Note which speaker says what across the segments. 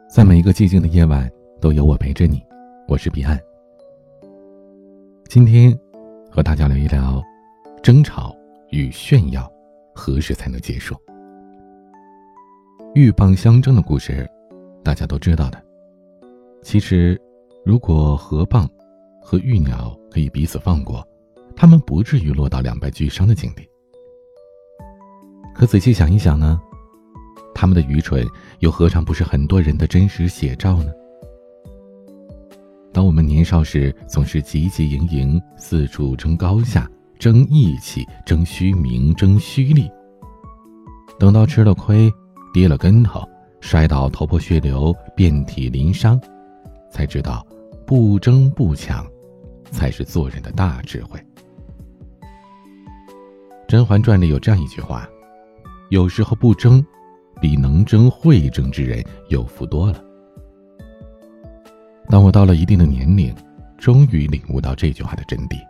Speaker 1: 在每一个寂静的夜晚，都有我陪着你。我是彼岸。今天和大家聊一聊争吵与炫耀何时才能结束。鹬蚌相争的故事大家都知道的。其实如果河蚌和玉鸟可以彼此放过，他们不至于落到两败俱伤的境地。可仔细想一想呢，他们的愚蠢又何尝不是很多人的真实写照呢？当我们年少时总是汲汲营营，四处争高下，争义气，争虚名，争虚利，等到吃了亏，跌了跟头，摔倒头破血流，遍体鳞伤，才知道不争不抢才是做人的大智慧。《甄嬛传》里有这样一句话，有时候不争比能争会争之人有福多了。当我到了一定的年龄，终于领悟到这句话的真谛。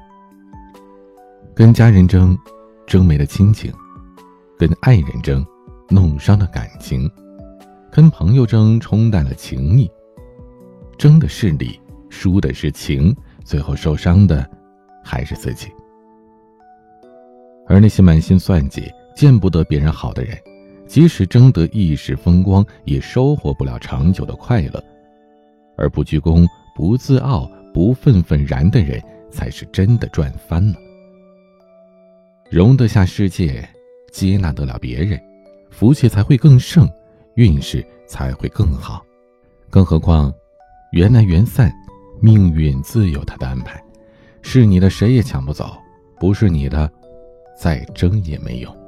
Speaker 1: 跟家人争，争没了亲情；跟爱人争，弄伤了感情；跟朋友争，冲淡了情谊。争的是理，输的是情，最后受伤的还是自己。而那些满心算计，见不得别人好的人，即使争得一时风光，也收获不了长久的快乐。而不居功，不自傲，不愤愤然的人，才是真的赚翻了。容得下世界，接纳得了别人，福气才会更盛，运势才会更好。更何况缘来缘散，命运自有它的安排，是你的谁也抢不走，不是你的再争也没用。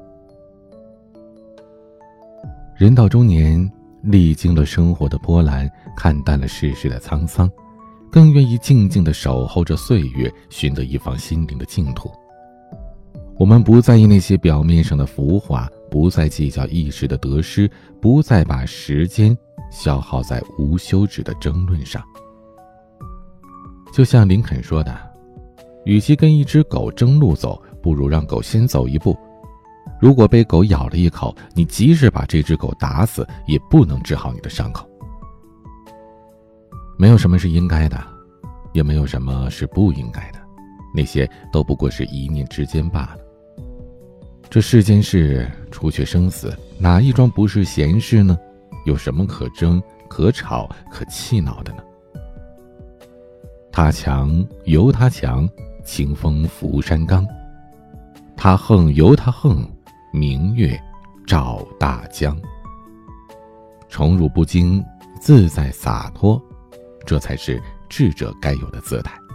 Speaker 1: 人到中年，历经了生活的波澜，看淡了世事的沧桑，更愿意静静地守候着岁月，寻得一方心灵的净土。我们不在意那些表面上的浮华，不再计较一时的得失，不再把时间消耗在无休止的争论上。就像林肯说的，与其跟一只狗争路走，不如让狗先走一步。如果被狗咬了一口，你即使把这只狗打死，也不能治好你的伤口。没有什么是应该的，也没有什么是不应该的，那些都不过是一念之间罢了。这世间事，除却生死，哪一桩不是闲事呢？有什么可争、可吵、可气恼的呢？他强由他强，清风拂山岗；他横由他横，明月照大江。宠辱不惊，自在洒脱，这才是智者该有的姿态。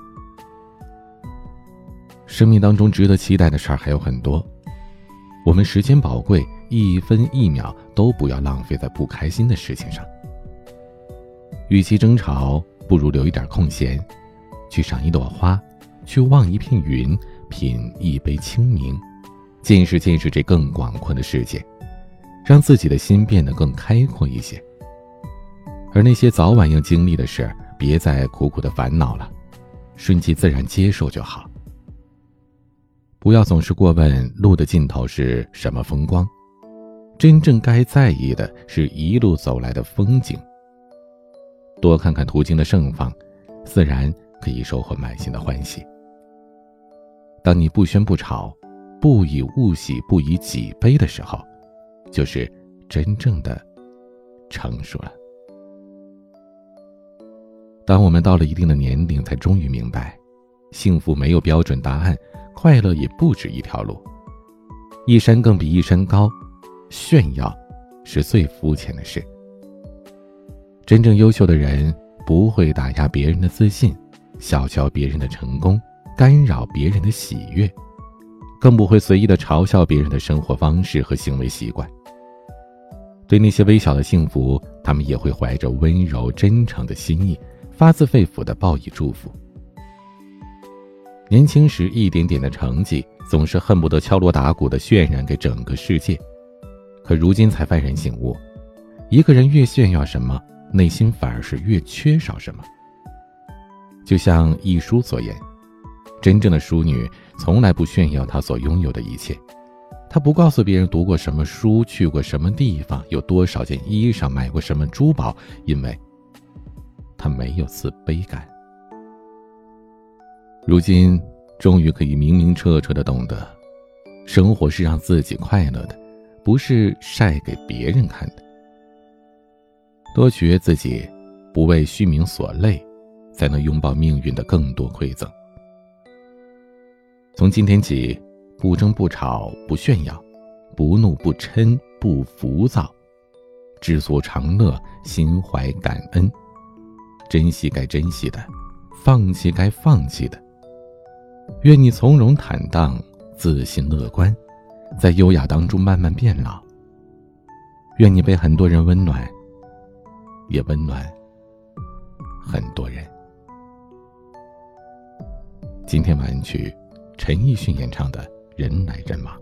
Speaker 1: 生命当中值得期待的事儿还有很多，我们时间宝贵，一分一秒都不要浪费在不开心的事情上。与其争吵，不如留一点空闲，去赏一朵花，去望一片云，品一杯清明，见识见识这更广阔的世界，让自己的心变得更开阔一些。而那些早晚要经历的事，别再苦苦的烦恼了，顺其自然接受就好。不要总是过问路的尽头是什么风光，真正该在意的是一路走来的风景。多看看途经的盛放，自然可以收获满心的欢喜。当你不喧不吵，不以物喜，不以己悲的时候，就是真正的成熟了。当我们到了一定的年龄，才终于明白，幸福没有标准答案，快乐也不止一条路，一山更比一山高，炫耀是最肤浅的事。真正优秀的人不会打压别人的自信，小瞧别人的成功，干扰别人的喜悦，更不会随意地嘲笑别人的生活方式和行为习惯。对那些微小的幸福，他们也会怀着温柔真诚的心意，发自肺腑地报以祝福。年轻时一点点的成绩，总是恨不得敲锣打鼓地渲染给整个世界，可如今才幡然醒悟，一个人越炫耀什么，内心反而是越缺少什么。就像一书所言，真正的淑女从来不炫耀她所拥有的一切， 他不告诉别人读过什么书，去过什么地方，有多少件衣裳，买过什么珠宝，因为他没有自卑感。如今终于可以明明彻彻地懂得，生活是让自己快乐的，不是晒给别人看的。多取悦自己，不为虚名所累，才能拥抱命运的更多馈赠。从今天起，不争不吵不炫耀，不怒不嗔不浮躁，知足常乐，心怀感恩，珍惜该珍惜的，放弃该放弃的。愿你从容坦荡，自信乐观，在优雅当中慢慢变老。愿你被很多人温暖，也温暖很多人。今天晚安曲，陈奕迅演唱的《人来人往》。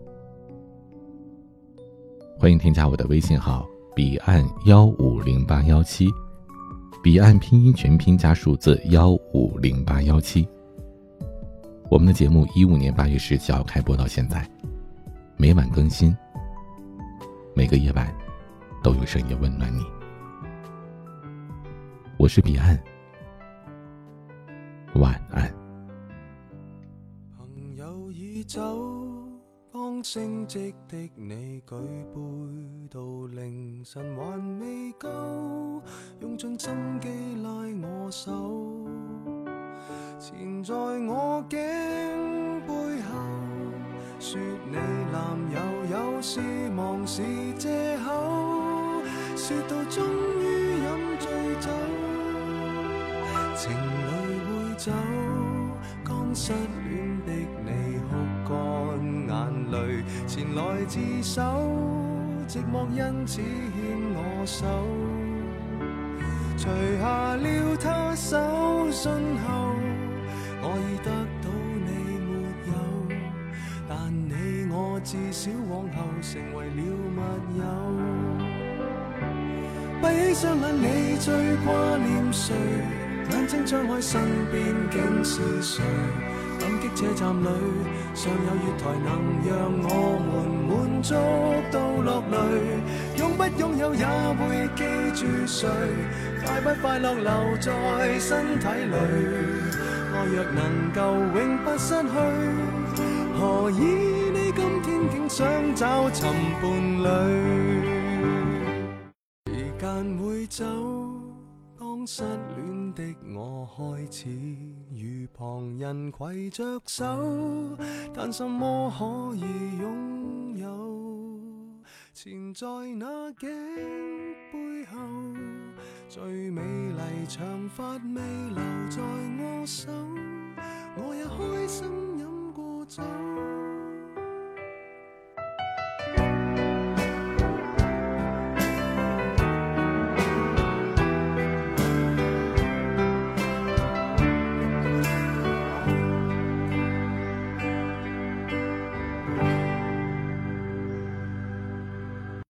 Speaker 1: 欢迎添加我的微信号彼岸1508171，彼岸拼音全拼加数字1508171。我们的节目15年8月17号开播到现在，每晚更新，每个夜晚都有声音温暖你。我是彼岸，晚安。
Speaker 2: 朋友已走，剛升職的你舉杯到凌晨還未夠，用盡心機拉我手，纏在我頸背後，說你男友有事忙是藉口，說到終於飲醉酒，情侶會走，剛失戀的你哭乾眼淚，前來自首，寂寞因此牽我手，除下了他手信後，我已得到你沒有，但你我至少往後成為了密友。閉起雙眼，你最掛念誰？眼睛張開，身邊竟是誰？感激車站裏尚有月台，能讓我們滿足到落淚。擁不擁有也會記住誰？快不快樂留在身體裏？愛若能夠永不失去，何以你今天竟想找尋伴侶？時間會走，當失戀的我開始與旁人攜着手，但什麼可以擁有？纏在那頸背後，最美麗長髮未留在我手，我也開心。